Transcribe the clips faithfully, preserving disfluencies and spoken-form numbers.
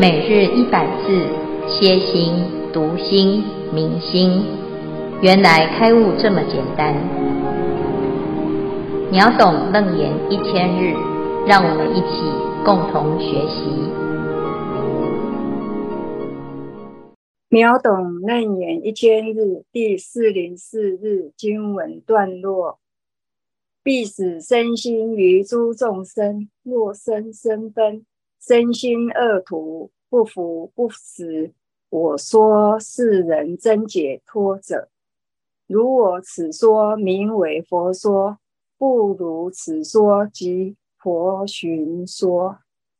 每日一百字，歇心、读心、明心，原来开悟这么简单。秒懂楞严一千日，让我们一起共同学习。 秒懂楞严一千日第四零四日经文段落：必使身心于诸众生，若生生分，身心二途，不服不实。我说是人真解脱者，如我此说名为佛说，不如此说即佛寻说。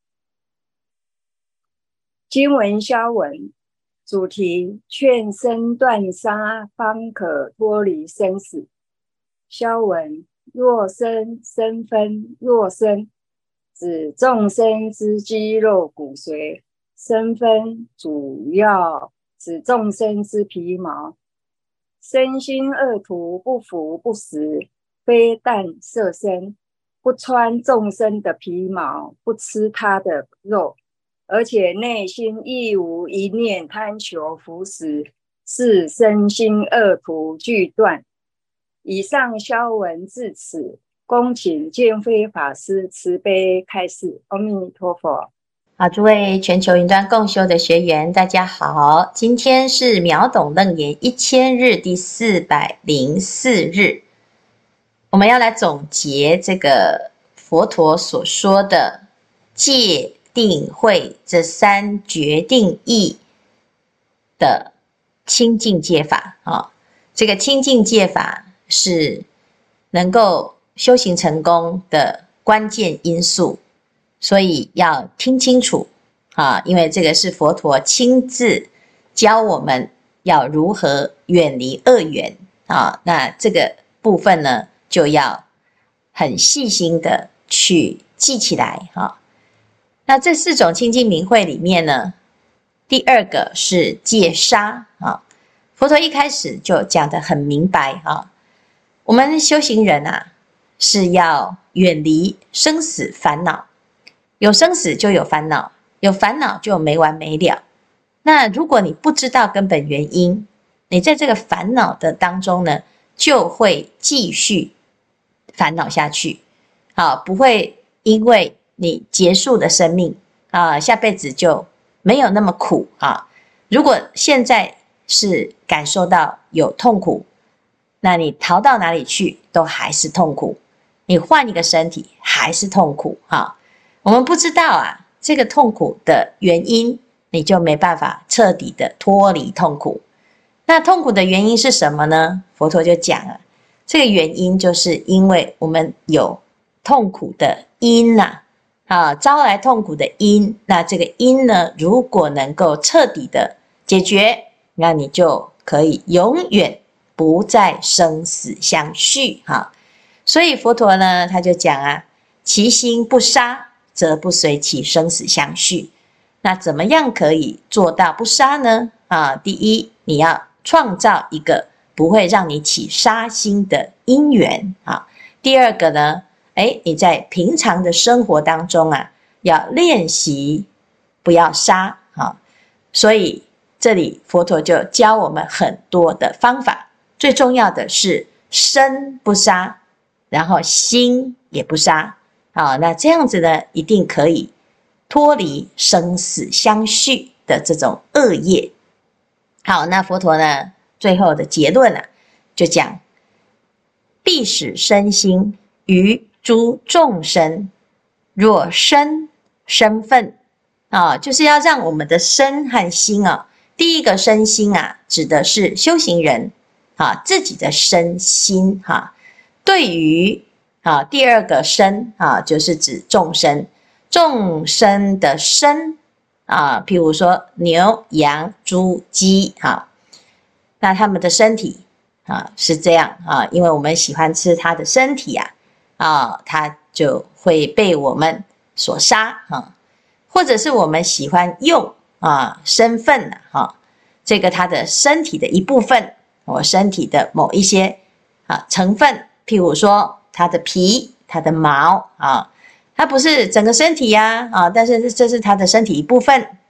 经文消文主题：劝生断杀，方可脱离生死。消文：若生生分，若生指众生之肌肉骨髓，生分主要指众生之皮毛。身心二途，不服不实，非但色身，不穿众生的皮毛，不吃他的肉，而且内心亦无一念贪求服食，是身心二途俱断。以上消文至此，恭请建辉法师慈悲开示。阿弥陀佛。 好，诸位全球云端共修的学员，大家好，今天是秒懂楞严一千日第四百零四日，我们要来总结这个佛陀所说的戒定慧这三决定义的清净戒法啊。这个清净戒法是能够修行成功的关键因素，所以要听清楚啊，因为这个是佛陀亲自教我们要如何远离恶缘啊。那这个部分呢，就要很细心的去记起来哈。那这四种清净明慧里面呢，第二个是戒杀啊。佛陀一开始就讲得很明白哈，我们修行人啊，是要远离生死烦恼。有生死就有烦恼，有烦恼就没完没了。那如果你不知道根本原因，你在这个烦恼的当中呢，就会继续烦恼下去。好，不会因为你结束的生命啊，下辈子就没有那么苦啊。如果现在是感受到有痛苦，那你逃到哪里去都还是痛苦，你换一个身体还是痛苦啊。我们不知道啊，这个痛苦的原因，你就没办法彻底的脱离痛苦。那痛苦的原因是什么呢？佛陀就讲了，这个原因就是因为我们有痛苦的因呐、啊，啊，招来痛苦的因。那这个因呢，如果能够彻底的解决，那你就可以永远不再生死相续哈。所以佛陀呢，他就讲啊，其心不杀，则不随其生死相续。那怎么样可以做到不杀呢？啊，第一，你要创造一个不会让你起杀心的因缘啊。第二个呢，哎，你在平常的生活当中啊，要练习不要杀啊。所以这里佛陀就教我们很多的方法，最重要的是身不杀，然后心也不杀。好，那这样子呢，一定可以脱离生死相续的这种恶业。好，那佛陀呢，最后的结论啊，就讲必使身心于诸众生，若生身分啊，就是要让我们的身和心啊，第一个身心啊，指的是修行人啊自己的身心哈、啊，对于啊，第二个身啊，就是指众生，众生的身啊，譬如说牛、羊、猪、鸡啊，那他们的身体啊是这样啊，因为我们喜欢吃它的身体啊，啊，它就会被我们所杀啊，或者是我们喜欢用啊身份啊，哈，这个它的身体的一部分，我身体的某一些啊成分，譬如说它的皮、它的毛啊，它不是整个身体呀 啊, 啊，但是这是它的身体一部分。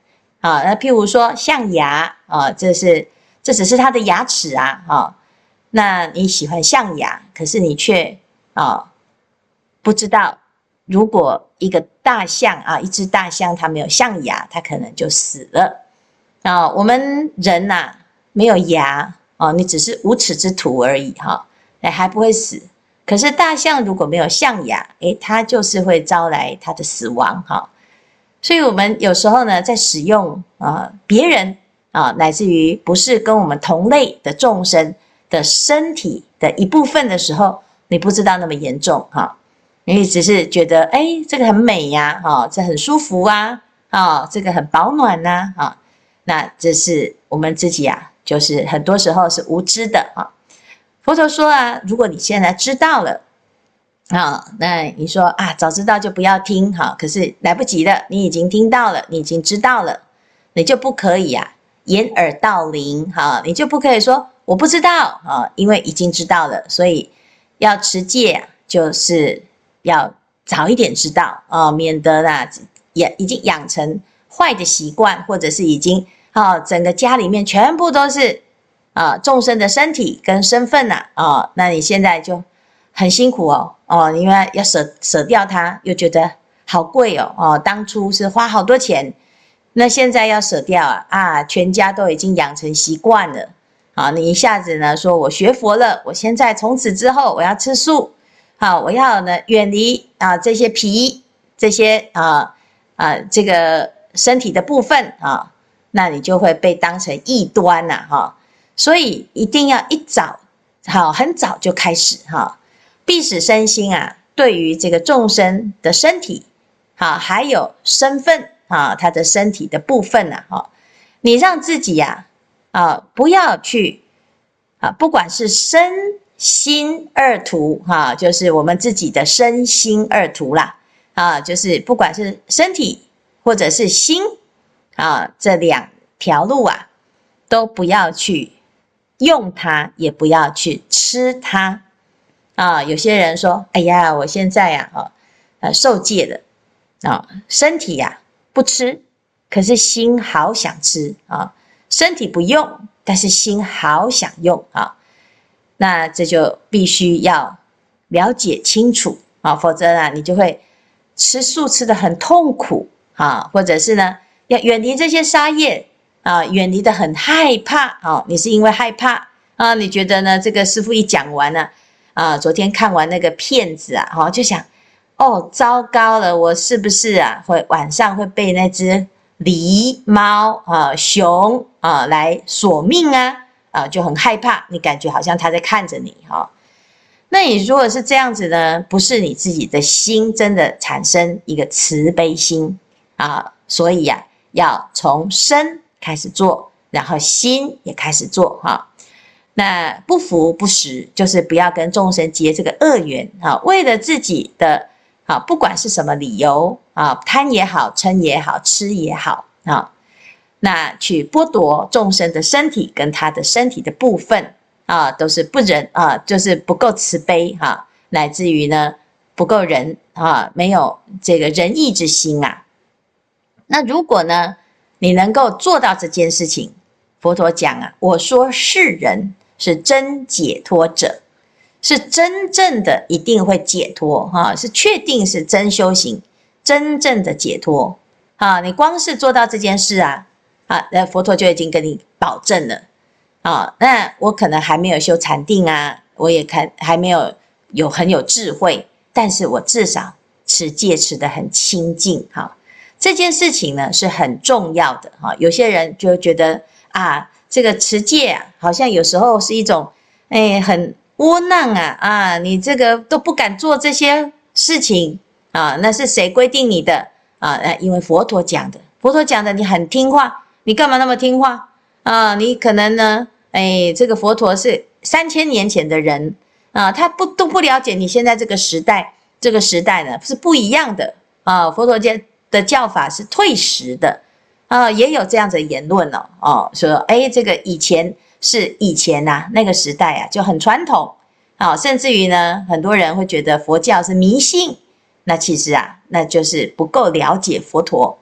啊，那譬如说象牙啊，这是这只是它的牙齿啊，啊，那你喜欢象牙，可是你却啊不知道，如果一个大象啊，一只大象它没有象牙，它可能就死了啊。我们人呐、啊、没有牙啊，你只是无齿之徒而已哈，哎还不会死。可是大象如果没有象牙，诶，它就是会招来它的死亡哈。所以我们有时候呢，在使用啊别人啊，乃至于不是跟我们同类的众生的身体的一部分的时候，你不知道那么严重哈，你只是觉得哎，这个很美呀，哈，这很舒服啊，啊，这个很保暖呐，啊，那这是我们自己啊，就是很多时候是无知的啊。佛陀说啊，如果你现在知道了，啊，那你说啊，早知道就不要听哈，可是来不及了，你已经听到了，你已经知道了，你就不可以啊，掩耳盗铃哈，你就不可以说我不知道啊，因为已经知道了，所以要持戒啊，就是要早一点知道啊，免得啦也已经养成坏的习惯，或者是已经啊整个家里面全部都是啊众生的身体跟身份呐啊，那你现在就很辛苦哦。哦，因为要舍舍掉它，又觉得好贵哦，哦，当初是花好多钱，那现在要舍掉啊，啊，全家都已经养成习惯了，啊，你一下子呢说我学佛了，我现在从此之后我要吃素，好，我要呢远离啊这些皮，这些啊啊这个身体的部分啊，那你就会被当成异端呐，哈，所以一定要一早，好，很早就开始哈。必使身心啊，对于这个众生的身体，好，还有身份啊，他的身体的部分呐，哈，你让自己呀，啊，不要去啊，不管是身心二途哈，就是我们自己的身心二途啦，啊，就是不管是身体或者是心啊，这两条路啊，都不要去用它，也不要去吃它。啊，有些人说，哎呀，我现在呀、啊，呃，受戒了啊，身体呀、啊、不吃，可是心好想吃啊，身体不用，但是心好想用啊，那这就必须要了解清楚啊，否则啊，你就会吃素吃得很痛苦啊，或者是呢，要远离这些杀业啊，远离得很害怕啊，你是因为害怕啊，你觉得呢？这个师父一讲完呢、啊。啊，昨天看完那个片子啊，哈，就想，哦，糟糕了，我是不是啊，会晚上会被那只狸猫啊、熊啊来索命啊？啊，就很害怕，你感觉好像他在看着你哈、哦。那你如果是这样子呢，不是你自己的心真的产生一个慈悲心啊，所以呀、啊，要从身开始做，然后心也开始做哈。哦那不服不食，就是不要跟众生结这个恶缘啊！为了自己的啊，不管是什么理由啊，贪也好，嗔也好，吃也好啊，那去剥夺众生的身体跟他的身体的部分啊，都是不仁啊，就是不够慈悲哈、啊，乃至于呢不够仁啊，没有这个仁义之心啊。那如果呢，你能够做到这件事情，佛陀讲啊，我说是人。是真解脱者，是真正的一定会解脱哈，是确定是真修行，真正的解脱啊！你光是做到这件事啊，啊，那佛陀就已经跟你保证了啊。那我可能还没有修禅定啊，我也看还没有有很有智慧，但是我至少持戒持得很清净哈。这件事情呢是很重要的哈。有些人就觉得啊。这个持戒啊，好像有时候是一种，哎，很窝囊啊啊！你这个都不敢做这些事情啊，那是谁规定你的啊？因为佛陀讲的，佛陀讲的你很听话，你干嘛那么听话啊？你可能呢，哎，这个佛陀是三千年前的人啊，他不都不了解你现在这个时代，这个时代呢是不一样的啊。佛陀教的教法是退时的。啊，也有这样子的言论哦，哦，说，哎，这个以前是以前呐、啊，那个时代啊，就很传统，啊，甚至于呢，很多人会觉得佛教是迷信，那其实啊，那就是不够了解佛陀，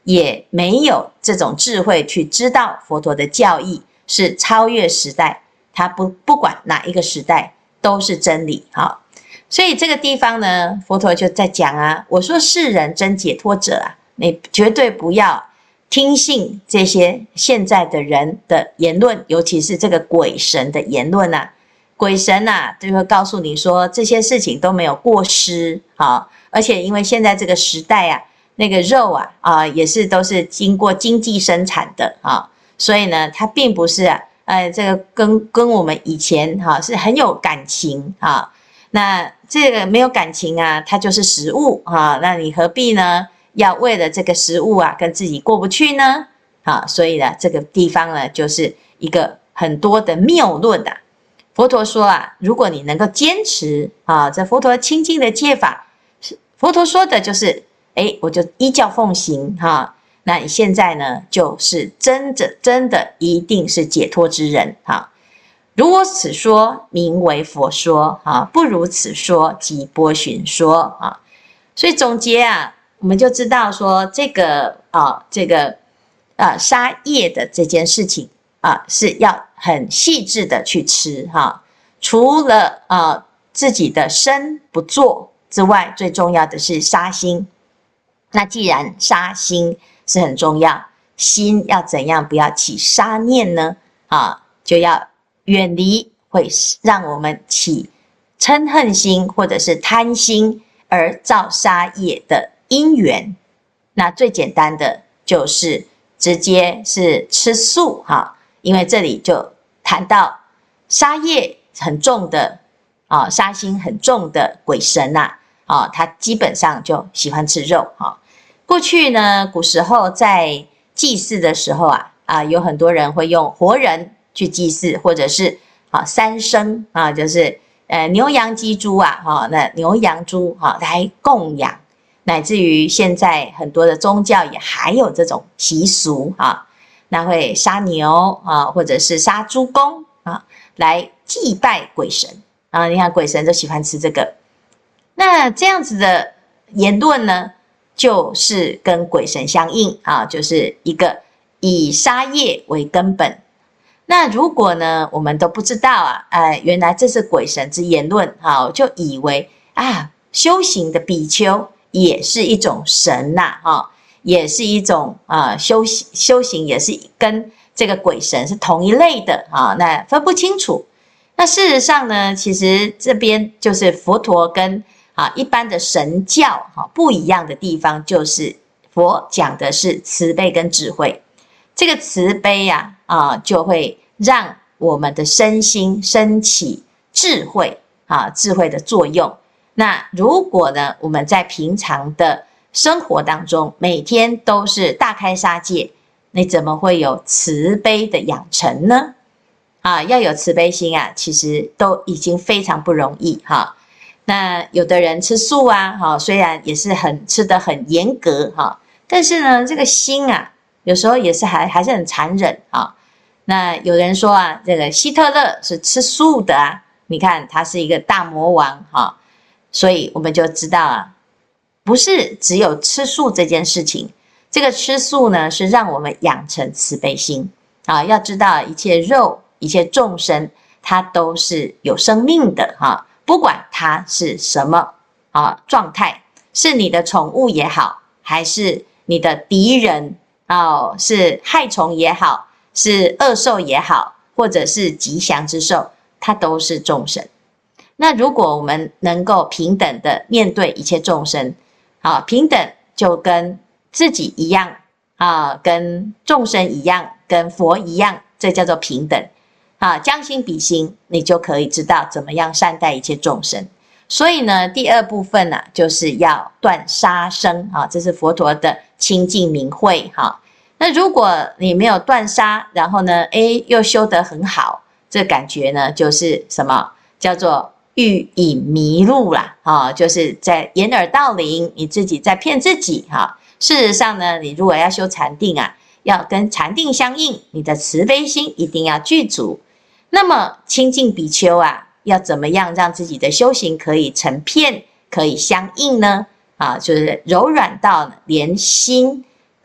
也没有这种智慧去知道佛陀的教义是超越时代，他不不管哪一个时代都是真理。好，所以这个地方呢，佛陀就在讲啊，我说世人真解脱者啊，你绝对不要听信这些现在的人的言论，尤其是这个鬼神的言论啊。鬼神啊，就会告诉你说这些事情都没有过失啊，而且因为现在这个时代啊，那个肉啊啊也是都是经过经济生产的啊，所以呢，它并不是啊，呃，这个跟跟我们以前哈、啊、是很有感情啊，那这个没有感情啊，它就是食物啊，那你何必呢？要为了这个食物啊，跟自己过不去呢？啊，所以呢，这个地方呢，就是一个很多的谬论啊。佛陀说啊，如果你能够坚持啊，这佛陀清净的戒法，佛陀说的就是，哎，我就依教奉行哈、啊。那你现在呢，就是真的真的一定是解脱之人哈、啊。如果此说名为佛说啊，不如此说即波旬说啊。所以总结啊，我们就知道说这个啊，这个啊杀业的这件事情啊，是要很细致的去吃哈、啊。除了啊自己的身不做之外，最重要的是杀心。那既然杀心是很重要，心要怎样不要起杀念呢？啊，就要远离会让我们起嗔恨心或者是贪心而造杀业的因缘。那最简单的就是直接是吃素哈，因为这里就谈到杀业很重的啊，杀心很重的鬼神呐啊，他基本上就喜欢吃肉哈。过去呢，古时候在祭祀的时候啊啊，有很多人会用活人去祭祀，或者是啊三牲啊，就是呃牛羊鸡猪啊哈，那牛羊猪哈来供养，乃至于现在很多的宗教也还有这种习俗哈，那会杀牛啊，或者是杀猪公啊，来祭拜鬼神啊。你看鬼神都喜欢吃这个，那这样子的言论呢，就是跟鬼神相应啊，就是一个以杀业为根本。那如果呢，我们都不知道啊，哎，原来这是鬼神之言论，好，就以为啊，修行的比丘也是一种神呐、啊，哈，也是一种啊修行，修行也是跟这个鬼神是同一类的啊，那分不清楚。那事实上呢，其实这边就是佛陀跟啊一般的神教哈不一样的地方，就是佛讲的是慈悲跟智慧。这个慈悲呀 啊, 啊，就会让我们的身心升起智慧啊，智慧的作用。那如果呢，我们在平常的生活当中，每天都是大开杀戒，你怎么会有慈悲的养成呢？啊，要有慈悲心啊，其实都已经非常不容易哈、啊。那有的人吃素啊，哈，虽然也是很吃得很严格哈，但是呢，这个心啊，有时候也是还还是很残忍啊。那有人说啊，这个希特勒是吃素的啊，你看他是一个大魔王哈，所以我们就知道啊，不是只有吃素这件事情，这个吃素呢是让我们养成慈悲心啊。要知道一切肉、一切众生，它都是有生命的哈。不管它是什么啊状态，是你的宠物也好，还是你的敌人哦，是害虫也好，是恶兽也好，或者是吉祥之兽，它都是众生。那如果我们能够平等的面对一切众生，啊，平等就跟自己一样啊，跟众生一样，跟佛一样，这叫做平等。啊，将心比心，你就可以知道怎么样善待一切众生。所以呢，第二部分呢、啊，就是要断杀生啊，这是佛陀的清净明慧哈、啊。那如果你没有断杀，然后呢，哎，又修得很好，这感觉呢，就是什么叫做欲引迷路啦啊，就是在掩耳盗铃，你自己在骗自己哈、啊。事实上呢，你如果要修禅定啊，要跟禅定相应，你的慈悲心一定要具足。那么清净比丘啊，要怎么样让自己的修行可以成片，可以相应呢？啊，就是柔软到连心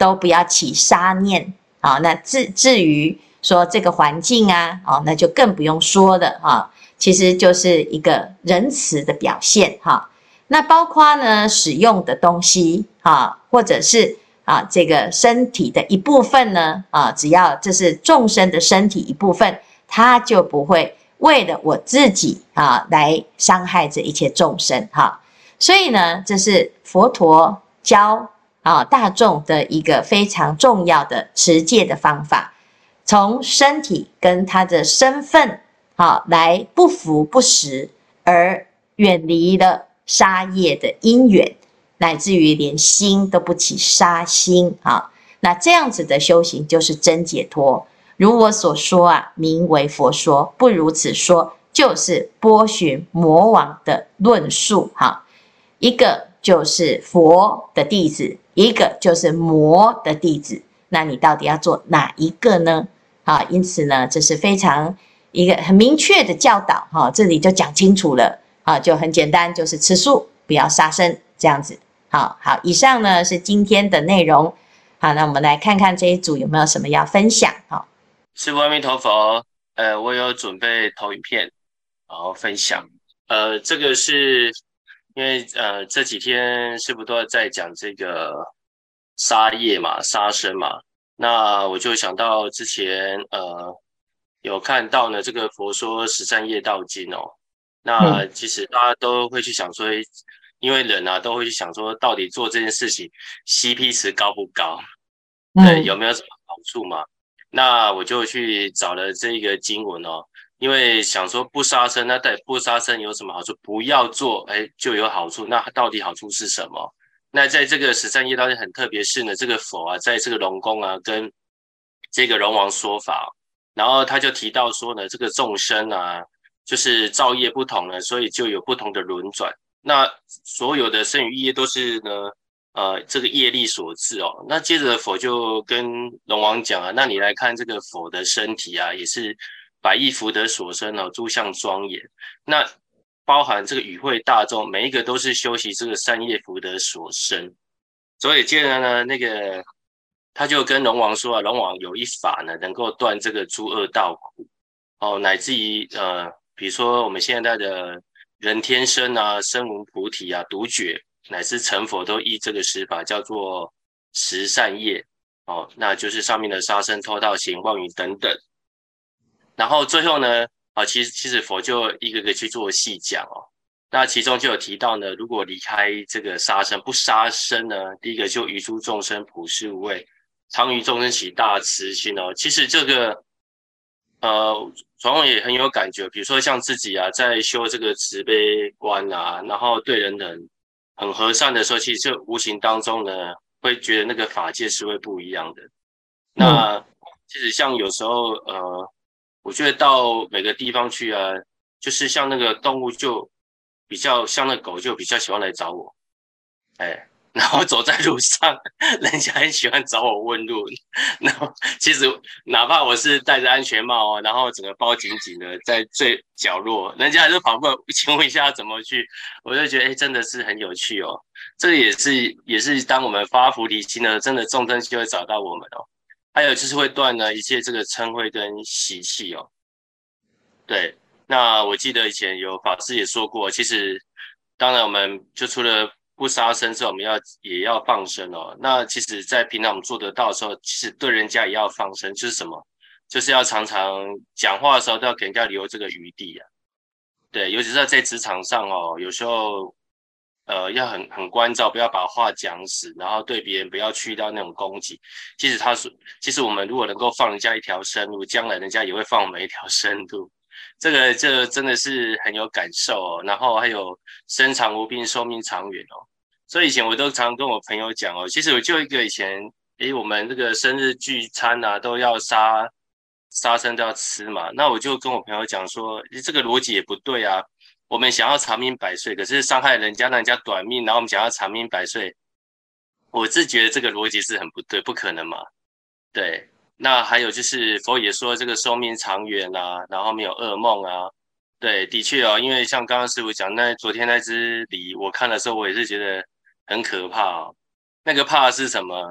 都不要起杀念。好，那至至于说这个环境啊，哦，那就更不用说了哈。其实就是一个仁慈的表现哈。那包括呢使用的东西啊，或者是啊这个身体的一部分呢啊，只要这是众生的身体一部分，它就不会为了我自己啊来伤害这一切众生哈。所以呢，这是佛陀教啊大众的一个非常重要的持戒的方法，从身体跟他的身份好来不服不实，而远离了杀业的因缘，乃至于连心都不起杀心啊。那这样子的修行就是真解脱。如我所说啊，名为佛说；不如此说，就是波旬魔王的论述哈。一个就是佛的弟子，一个就是魔的弟子。那你到底要做哪一个呢？啊，因此呢，这是非常一个很明确的教导哈，这里就讲清楚了啊，就很简单，就是吃素，不要杀生，这样子。好好，以上呢是今天的内容。好，那我们来看看这一组有没有什么要分享。好， 师父阿弥陀佛。呃，我有准备投影片，然后分享。呃，这个是因为呃这几天师父都在讲这个杀业嘛、杀生嘛，那我就想到之前呃有看到呢这个佛说十善业道经哦，那其实大家都会去想说，因为人啊都会去想说，到底做这件事情 C P 值高不高？对，有没有什么好处嘛？那我就去找了这个经文哦，因为想说不杀生，那到底不杀生有什么好处？不要做，哎，就有好处。那到底好处是什么？那在这个十善业道经很特别是呢，这个佛啊，在这个龙宫啊，跟这个龙王说法，然后他就提到说呢，这个众生啊，就是造业不同呢，所以就有不同的轮转。那所有的生与业都是呢。呃，这个业力所致哦。那接着佛就跟龙王讲啊，那你来看这个佛的身体啊，也是百亿福德所生哦，诸相庄严。那包含这个与会大众，每一个都是修习这个善业福德所生。所以接着呢，那个他就跟龙王说啊，龙王有一法呢，能够断这个诸恶道苦哦，乃至于呃，比如说我们现在的人天生啊，身闻菩提啊，独觉。乃至成佛都依这个十法叫做十善业哦，那就是上面的杀生、偷盗、邪淫、妄语等等。然后最后呢，啊，其实其实佛就一个个去做细讲哦。那其中就有提到呢，如果离开这个杀生，不杀生呢，第一个就于诸众生普施无畏，常于众生起大慈心哦。其实这个呃，传统也很有感觉，比如说像自己啊，在修这个慈悲观啊，然后对人人。很和善的时候，其实就无形当中呢，会觉得那个法界是会不一样的。那其实像有时候，呃，我觉得到每个地方去啊，就是像那个动物就比较像那狗，就比较喜欢来找我，哎，然后走在路上，人家很喜欢找我问路。然后其实哪怕我是戴着安全帽哦，然后整个包紧紧的在最角落，人家还是跑过来请问一下怎么去，我就觉得哎，真的是很有趣哦。这个也是也是当我们发菩提心呢，真的众生就会找到我们哦。还有就是会断了一切这个嗔恚跟习气哦。对，那我记得以前有法师也说过，其实当然我们就除了不杀生之后，我们要也要放生哦。那其实，在平常我们做得到的时候，其实对人家也要放生，就是什么？就是要常常讲话的时候都要给人家留这个余地啊。对，尤其是在职场上哦，有时候呃要很很关照，不要把话讲死，然后对别人不要去到那种攻击。其实他说，其实我们如果能够放人家一条生路，将来人家也会放我们一条生路。这个这真的是很有感受哦。然后还有身长无病，寿命长远哦。所以以前我都常跟我朋友讲哦，其实我就一个以前，诶，我们这个生日聚餐啊，都要杀杀生都要吃嘛。那我就跟我朋友讲说，这个逻辑也不对啊。我们想要长命百岁，可是伤害人家，让人家短命，然后我们想要长命百岁，我是觉得这个逻辑是很不对，不可能嘛。对。那还有就是佛也说这个寿命长远啊，然后没有噩梦啊。对，的确哦，因为像刚刚师父讲，那昨天那只梨，我看的时候我也是觉得很可怕哦。那个怕是什么？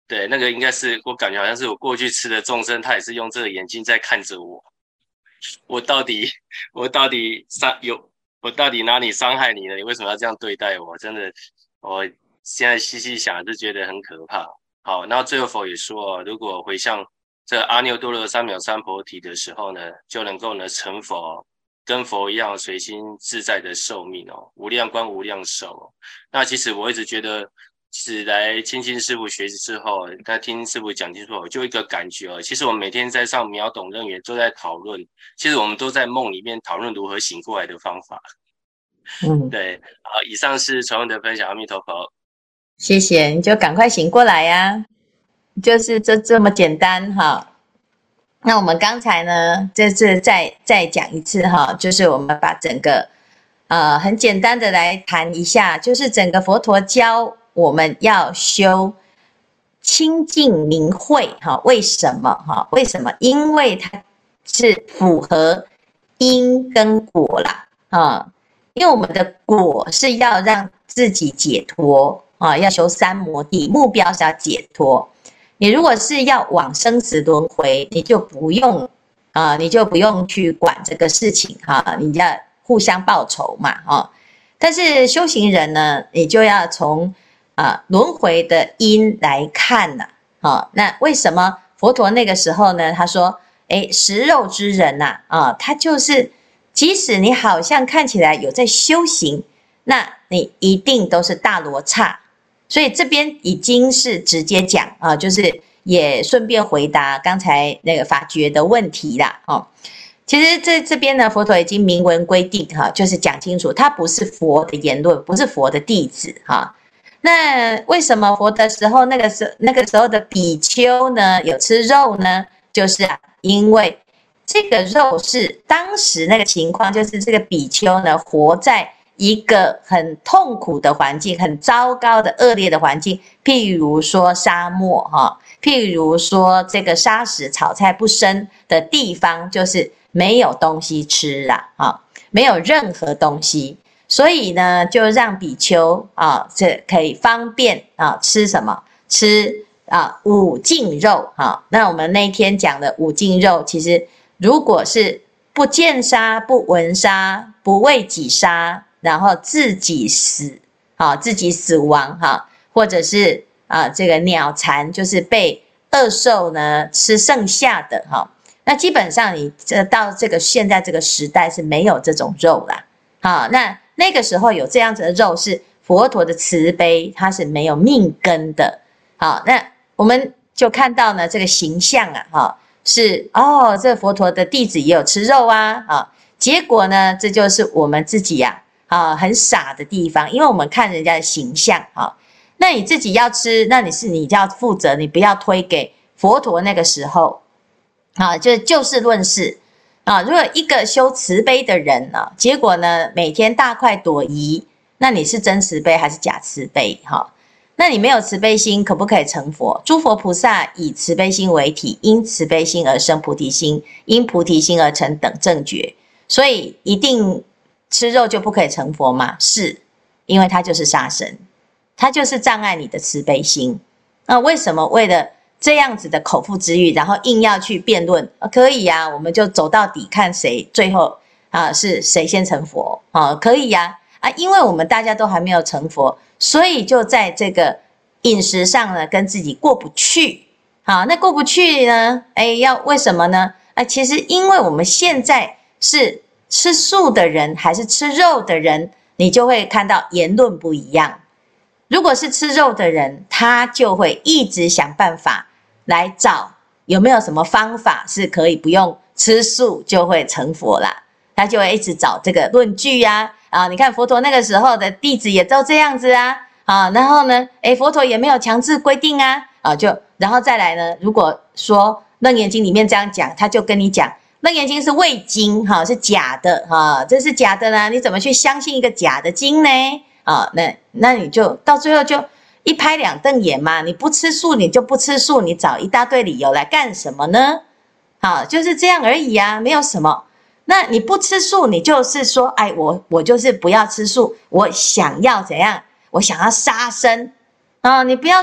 对，那个应该是我感觉好像是我过去吃的众生，他也是用这个眼睛在看着我。我到底我到底伤有我到底哪里伤害你了？你为什么要这样对待我？真的，我现在细细想就觉得很可怕。好，然后最后佛也说，如果回向这阿耨多罗三藐三菩提的时候呢，就能够呢成佛，跟佛一样随心自在的寿命哦，无量光无量寿哦。那其实我一直觉得。是来亲近师父学习之后，在听师父讲清楚，就一个感觉哦。其实我们每天在上秒懂楞严都在讨论，其实我们都在梦里面讨论如何醒过来的方法。嗯，对，好，以上是传闻的分享，阿弥陀佛。 谢谢，你就赶快醒过来呀、啊，就是这这么简单哈。那我们刚才呢，这次再再讲一次哈，就是我们把整个呃很简单的来谈一下，就是整个佛陀教。我们要修清净明慧，哈，为什么？哈，为什么？因为它是符合因跟果啦，啊，因为我们的果是要让自己解脱啊，要修三摩地，目标是要解脱。你如果是要往生死轮回，你就不用啊，你就不用去管这个事情哈，你要互相报仇嘛，哈。但是修行人呢，你就要从啊，轮回的因来看呐、啊，好，那为什么佛陀那个时候呢？他说，哎，食肉之人呐、啊，啊，他就是即使你好像看起来有在修行，那你一定都是大罗刹。所以这边已经是直接讲啊，就是也顺便回答刚才那个法觉的问题啦，哦。其实这这边呢，佛陀已经明文规定哈、啊，就是讲清楚，他不是佛的言论，不是佛的弟子哈。啊那为什么佛的时候那个时那个时候的比丘呢有吃肉呢？就是啊，因为这个肉是当时那个情况，就是这个比丘呢活在一个很痛苦的环境，很糟糕的恶劣的环境，譬如说沙漠哈，譬如说这个沙石草菜不生的地方，就是没有东西吃啦，哈，没有任何东西。所以呢，就让比丘啊，这可以方便啊吃什么？吃啊五净肉啊。那我们那天讲的五净肉，其实如果是不见杀、不闻杀、不为己杀，然后自己死，啊自己死亡哈、啊，或者是啊这个鸟残，就是被恶兽呢吃剩下的哈、啊。那基本上你这到这个现在这个时代是没有这种肉啦，好、啊、那。那个时候有这样子的肉，是佛陀的慈悲，它是没有命根的。好，那我们就看到呢，这个形象啊，哈，是哦，这佛陀的弟子也有吃肉啊，啊，结果呢，这就是我们自己呀、啊，啊，很傻的地方，因为我们看人家的形象，啊，那你自己要吃，那你是你要负责，你不要推给佛陀那个时候，啊，就就事论事。啊，如果一个修慈悲的人呢、啊，结果呢每天大快朵颐，那你是真慈悲还是假慈悲？哈、啊，那你没有慈悲心，可不可以成佛？诸佛菩萨以慈悲心为体，因慈悲心而生菩提心，因菩提心而成等正觉。所以一定吃肉就不可以成佛吗？是，因为它就是杀生，它就是障碍你的慈悲心。那为什么为了这样子的口腹之欲，然后硬要去辩论、啊，可以呀、啊，我们就走到底，看谁最后啊是谁先成佛啊？可以呀、啊，啊，因为我们大家都还没有成佛，所以就在这个饮食上呢，跟自己过不去。好，那过不去呢？哎，要为什么呢？啊，其实因为我们现在是吃素的人还是吃肉的人，你就会看到言论不一样。如果是吃肉的人，他就会一直想办法来找有没有什么方法是可以不用吃素就会成佛啦，他就会一直找这个论据呀、啊，啊，你看佛陀那个时候的弟子也都这样子啊，啊，然后呢，诶，佛陀也没有强制规定啊，啊，就然后再来呢，如果说楞严经里面这样讲，他就跟你讲楞严经是伪经，哈、啊，是假的，哈、啊，这是假的呢，你怎么去相信一个假的经呢？啊，那那你就到最后就一拍两瞪眼嘛，你不吃素你就不吃素，你找一大堆理由来干什么呢？好，就是这样而已啊，没有什么。那你不吃素，你就是说，哎，我我就是不要吃素，我想要怎样？我想要杀生啊！你不要说，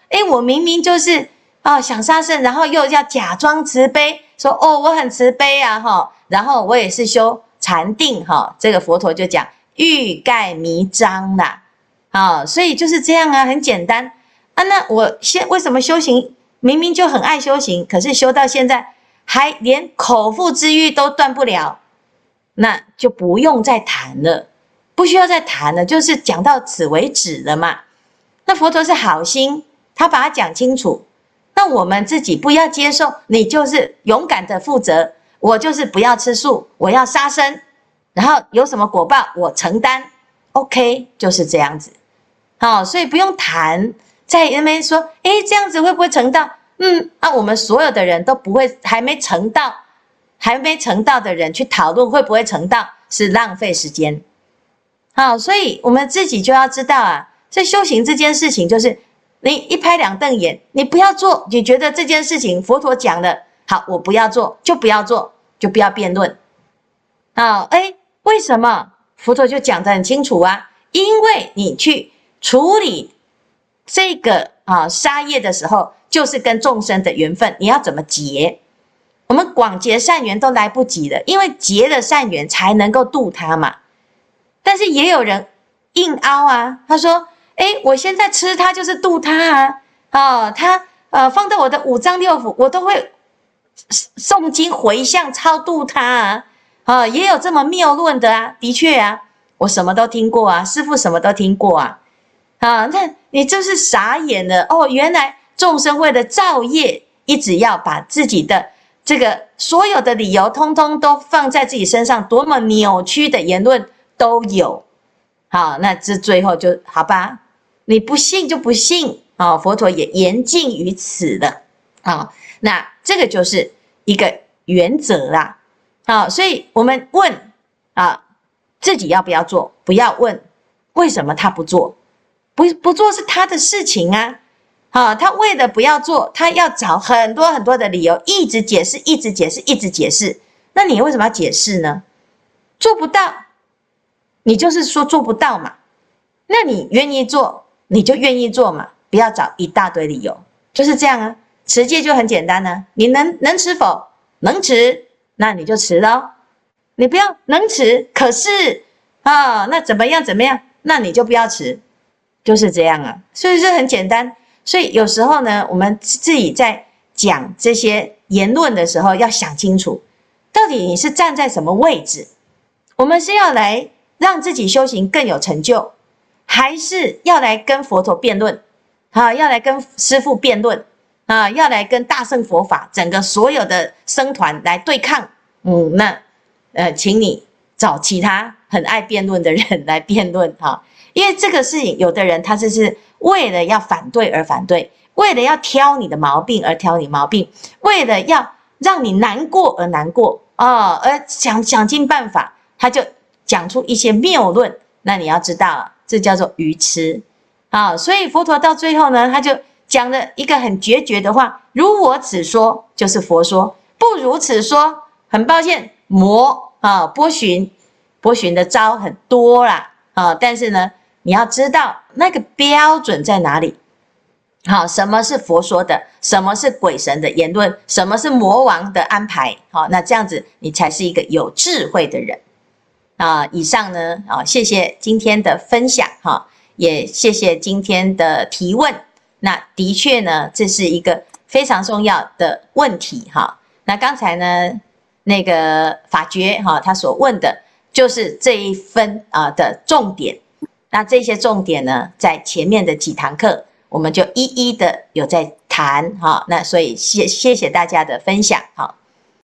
哎，我明明就是啊、哦、想杀生，然后又要假装慈悲，说哦我很慈悲啊哈、哦，然后我也是修禅定哈、哦，这个佛陀就讲欲盖弥彰啦，啊、哦，所以就是这样啊，很简单啊。那我现为什么修行明明就很爱修行，可是修到现在还连口腹之欲都断不了，那就不用再谈了，不需要再谈了，就是讲到此为止了嘛。那佛陀是好心，他把它讲清楚。那我们自己不要接受，你就是勇敢的负责，我就是不要吃素，我要杀生，然后有什么果报我承担 ，OK， 就是这样子。好、哦，所以不用谈，在那边说，诶，这样子会不会成道？嗯，啊，我们所有的人都不会，还没成道，还没成道的人去讨论会不会成道，是浪费时间。好、哦，所以我们自己就要知道啊，在修行这件事情，就是你一拍两瞪眼，你不要做，你觉得这件事情佛陀讲了，好，我不要做，就不要做，就不要辩论。好、哦，诶，为什么？佛陀就讲得很清楚啊，因为你去处理这个啊杀业的时候，就是跟众生的缘分，你要怎么结？我们广结善缘都来不及了，因为结了善缘才能够度他嘛。但是也有人硬凹啊，他说：“哎，我现在吃它就是度它啊，哦，他呃放到我的五脏六腑，我都会诵经回向超度它啊，啊、哦，也有这么谬论的啊，的确啊，我什么都听过啊，师父什么都听过啊，啊，那你就是傻眼了哦，原来众生为了造业，一直要把自己的这个所有的理由，通通都放在自己身上，多么扭曲的言论都有。好，那这最后就好吧，你不信就不信啊、哦！佛陀也言尽于此了啊、哦。那这个就是一个原则啦。好、哦，所以我们问啊，自己要不要做？不要问为什么他不做，不不做是他的事情啊。好、哦，他为了不要做，他要找很多很多的理由，一直解释，一直解释，一直解释。那你为什么要解释呢？做不到。你就是说做不到嘛，那你愿意做，你就愿意做嘛，不要找一大堆理由，就是这样啊。持戒就很简单啊，你能能持否？能持，那你就持咯。你不要能持，可是啊、哦，那怎么样怎么样，那你就不要持，就是这样啊。所以这很简单。所以有时候呢，我们自己在讲这些言论的时候，要想清楚，到底你是站在什么位置？我们是要来让自己修行更有成就，还是要来跟佛陀辩论啊？要来跟师父辩论啊？要来跟大乘佛法整个所有的僧团来对抗？嗯，那呃，请你找其他很爱辩论的人来辩论哈，因为这个事情，有的人他就是为了要反对而反对，为了要挑你的毛病而挑你毛病，为了要让你难过而难过啊、哦，而想想尽办法，他就讲出一些谬论，那你要知道啊，这叫做愚痴啊。所以佛陀到最后呢，他就讲了一个很决绝的话：如我此说，就是佛说；不如此说，很抱歉，魔啊，波旬，波旬的招很多啦啊。但是呢，你要知道那个标准在哪里。好，什么是佛说的？什么是鬼神的言论？什么是魔王的安排？好，那这样子你才是一个有智慧的人。啊，以上呢，啊，谢谢今天的分享哈，也谢谢今天的提问。那的确呢，这是一个非常重要的问题哈。那刚才呢，那个法觉哈，他所问的就是这一分啊的重点。那这些重点呢，在前面的几堂课，我们就一一的有在谈哈。那所以谢谢谢大家的分享哈。